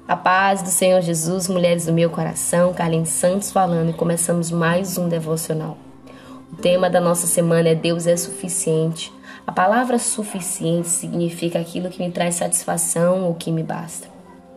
A paz do Senhor Jesus, mulheres do meu coração, Carlinhos Santos falando, e começamos mais um devocional. O tema da nossa semana é Deus é suficiente. A palavra suficiente significa aquilo que me traz satisfação ou que me basta.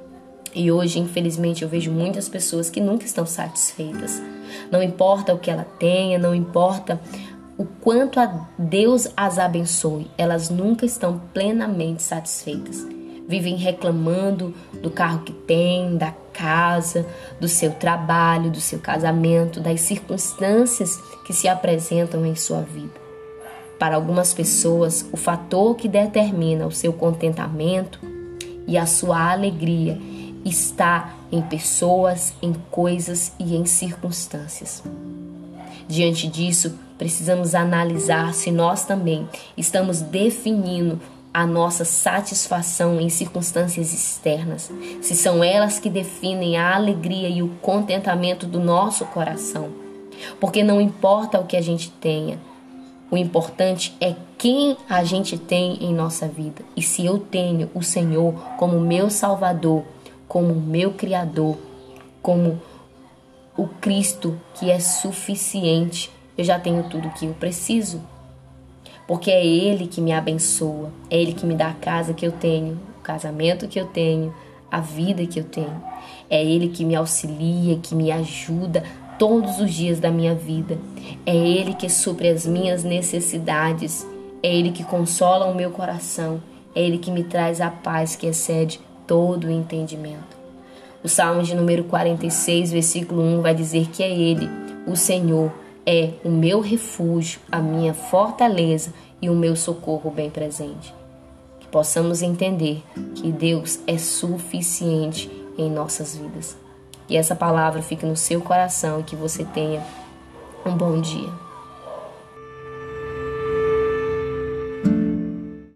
E hoje, infelizmente, eu vejo muitas pessoas que nunca estão satisfeitas. Não importa o que ela tenha, não importa o quanto Deus as abençoe, elas nunca estão plenamente satisfeitas. Vivem reclamando do carro que tem, da casa, do seu trabalho, do seu casamento, das circunstâncias que se apresentam em sua vida. Para algumas pessoas, o fator que determina o seu contentamento e a sua alegria está em pessoas, em coisas e em circunstâncias. Diante disso, precisamos analisar se nós também estamos definindo a nossa satisfação em circunstâncias externas, se são elas que definem a alegria e o contentamento do nosso coração. Porque não importa o que a gente tenha, o importante é quem a gente tem em nossa vida. E se eu tenho o Senhor como meu Salvador, como meu Criador, como o Cristo que é suficiente, eu já tenho tudo o que eu preciso. Porque é Ele que me abençoa, é Ele que me dá a casa que eu tenho, o casamento que eu tenho, a vida que eu tenho. É Ele que me auxilia, que me ajuda todos os dias da minha vida. É Ele que supre as minhas necessidades. É Ele que consola o meu coração. É Ele que me traz a paz que excede todo o entendimento. O Salmo de número 46, versículo 1 vai dizer que é Ele, o Senhor, é o meu refúgio, a minha fortaleza e o meu socorro bem presente. Que possamos entender que Deus é suficiente em nossas vidas. E essa palavra fique no seu coração e que você tenha um bom dia.